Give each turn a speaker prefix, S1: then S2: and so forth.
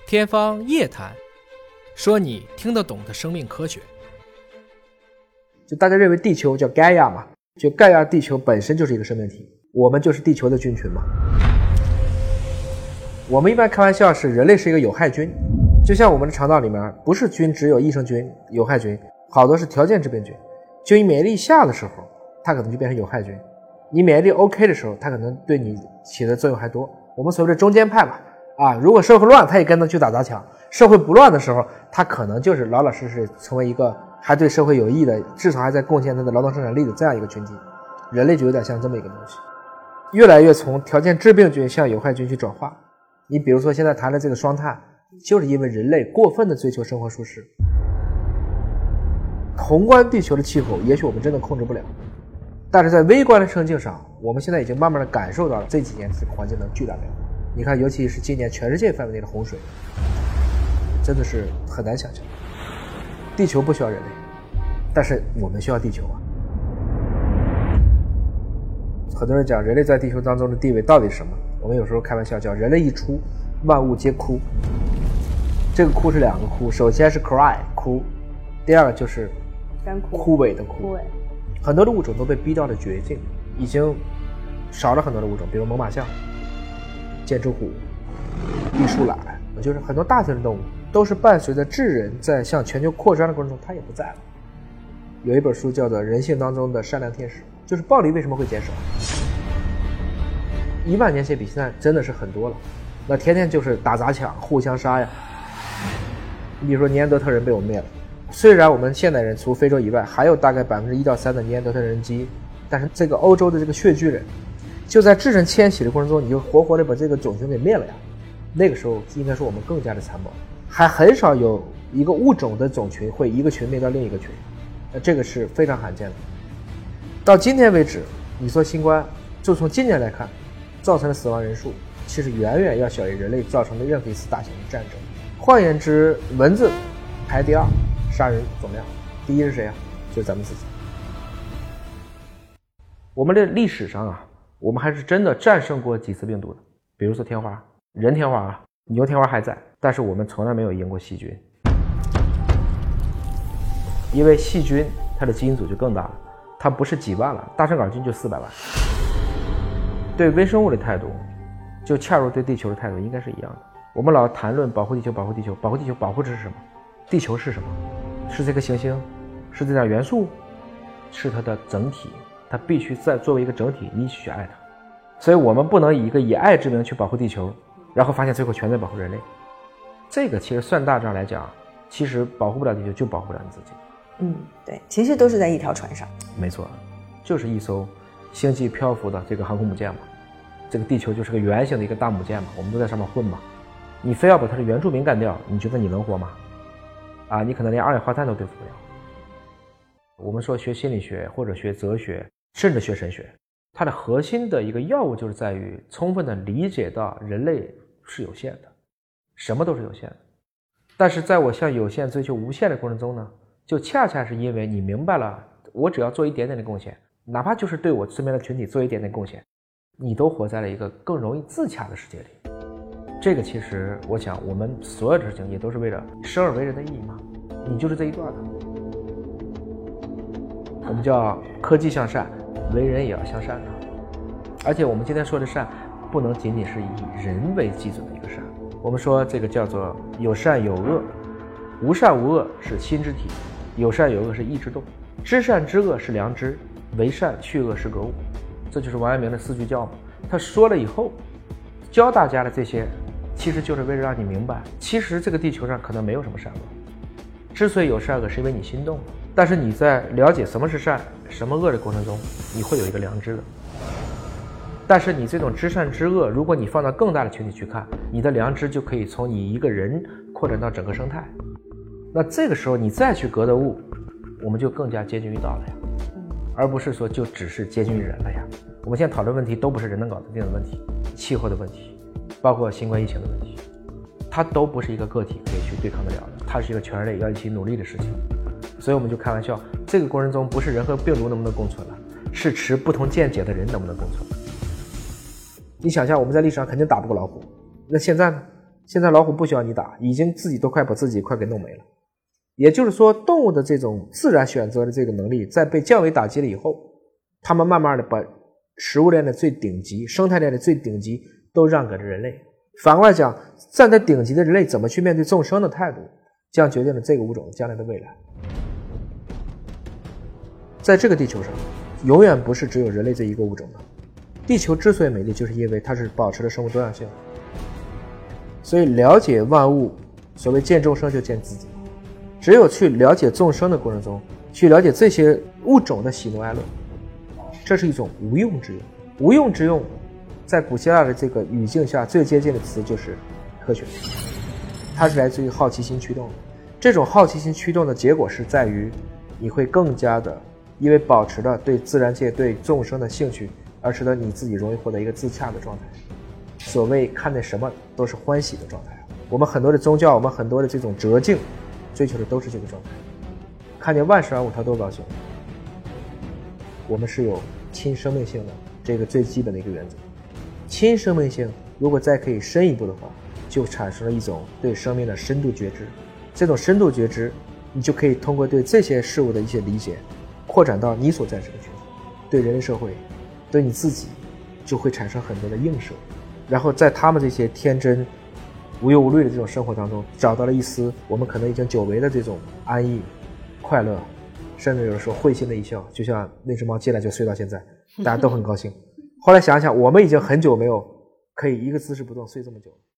S1: 天方夜谭，说你听得懂的生命科学。
S2: 就大家认为地球叫盖亚嘛，就盖亚地球本身就是一个生命体，我们就是地球的菌群嘛。我们一般开玩笑是人类是一个有害菌，就像我们的肠道里面不是菌只有益生菌、有害菌，好多是条件致病菌。就你免疫力下的时候，它可能就变成有害菌；你免疫力 OK 的时候，它可能对你起的作用还多。我们所谓的中间派吧，如果社会乱，它也跟着去打砸抢；社会不乱的时候，它可能就是老老实实成为一个还对社会有益的，至少还在贡献它的劳动生产力的这样一个群体。人类就有点像这么一个东西，越来越从条件致病菌向有害菌去转化。你比如说现在谈的这个双碳，就是因为人类过分的追求生活舒适。宏观地球的气候也许我们真的控制不了，但是在微观的生境上，我们现在已经慢慢的感受到了这几年这个环境的巨大变化。你看，尤其是今年全世界范围内的洪水，真的是很难想象。地球不需要人类，但是我们需要地球啊。很多人讲人类在地球当中的地位到底是什么，我们有时候开玩笑叫人类一出，万物皆哭。这个哭是两个哭，首先是 cry 哭，第二个就是枯萎的枯。很多的物种都被逼到了绝境，已经少了很多的物种，比如猛犸象、剑齿虎、栗树懒，就是很多大型的动物都是伴随着智人在向全球扩张的过程中，它也不在了。有一本书叫做《人性当中的善良天使》，就是暴力为什么会减少。1万年前比现在真的是很多了，那天天就是打砸抢、互相杀呀。你比如说尼安德特人被我们灭了，虽然我们现代人除非洲以外还有大概1%到3%的尼安德特人基因，但是这个欧洲的这个穴居人就在智人迁徙的过程中，你就活活的把这个种群给灭了呀。那个时候应该说我们更加的残暴，还很少有一个物种的种群会一个群灭到另一个群，这个是非常罕见的。到今天为止，你说新冠就从今年来看造成的死亡人数其实远远要小于人类造成的任何一次大型的战争。换言之，蚊子排第2杀人总量，第1是谁啊？就是咱们自己。我们的历史上我们还是真的战胜过几次病毒的，比如说天花，人天花牛天花还在，但是我们从来没有赢过细菌。因为细菌它的基因组就更大了，它不是几万了，大肠杆菌就400万。对微生物的态度就恰如对地球的态度应该是一样的。我们老谈论保护地球，保护地球，保护地球，保护的是什么？地球是什么？是这个行星？是这点元素？是它的整体，它必须在作为一个整体，你一起去爱它。所以我们不能以一个以爱之名去保护地球，然后发现最后全在保护人类。这个其实算大账来讲，其实保护不了地球就保护不了你自己。
S3: 对，其实都是在一条船上。
S2: 没错，就是一艘星际漂浮的这个航空母舰嘛。这个地球就是个圆形的一个大母舰嘛，我们都在上面混嘛。你非要把它的原住民干掉，你觉得你能活吗？你可能连二氧化碳都对付不了。我们说学心理学或者学哲学，甚至学神学，它的核心的一个要务就是在于充分的理解到人类是有限的，什么都是有限的。但是在我向有限追求无限的过程中呢，就恰恰是因为你明白了，我只要做一点点的贡献，哪怕就是对我身边的群体做一点点贡献，你都活在了一个更容易自洽的世界里。这个其实我想我们所有的事情也都是为了生而为人的意义嘛，你就是这一段的。我们叫科技向善，为人也要向善的。而且我们今天说的善不能仅仅是以人为基准的一个善，我们说这个叫做有善有恶，无善无恶是心之体，有善有恶是意之动，知善知恶是良知，为善去恶是格物。这就是王阳明的4句教嘛。他说了以后教大家的这些，其实就是为了让你明白，其实这个地球上可能没有什么善恶，之所以有善恶是因为你心动了，但是你在了解什么是善什么恶的过程中，你会有一个良知的。但是你这种知善知恶，如果你放到更大的群体去看，你的良知就可以从你一个人扩展到整个生态。那这个时候你再去格的物，我们就更加接近于道了呀，而不是说就只是接近于人了呀。我们现在讨论问题都不是人能搞得定的问题，气候的问题，包括新冠疫情的问题，它都不是一个个体可以去对抗得了的，它是一个全人类要一起努力的事情。所以我们就开玩笑，这个过程中不是人和病毒能不能共存了，是持不同见解的人能不能共存。你想象我们在历史上肯定打不过老虎，那现在呢？ 现在老虎不需要你打，已经自己都快把自己快给弄没了。也就是说，动物的这种自然选择的这个能力，在被降维打击了以后，它们慢慢的把食物链的最顶级、生态链的最顶级都让给了人类。反过来讲，站在顶级的人类怎么去面对众生的态度，将决定了这个物种将来的未来。在这个地球上，永远不是只有人类这一个物种的。地球之所以美丽，就是因为它是保持了生物多样性。所以了解万物，所谓见众生就见自己。只有去了解众生的过程中，去了解这些物种的喜怒哀乐，这是一种无用之用。无用之用，在古希腊的这个语境下最接近的词就是科学，它是来自于好奇心驱动的。这种好奇心驱动的结果是在于，你会更加的因为保持了对自然界对众生的兴趣，而使得你自己容易获得一个自洽的状态。所谓看见什么都是欢喜的状态。我们很多的宗教，我们很多的这种哲境追求的都是这个状态，看见万事万物它都高兴。我们是有亲生命性的这个最基本的一个原则。亲生命性如果再可以深一步的话，就产生了一种对生命的深度觉知。这种深度觉知，你就可以通过对这些事物的一些理解，扩展到你所在这个群体，对人类社会，对你自己，就会产生很多的映射。然后在他们这些天真无忧无虑的这种生活当中，找到了一丝我们可能已经久违的这种安逸、快乐，甚至有的时候会心的一笑，就像那只猫进来就睡到现在，大家都很高兴。后来想想，我们已经很久没有可以一个姿势不动睡这么久了。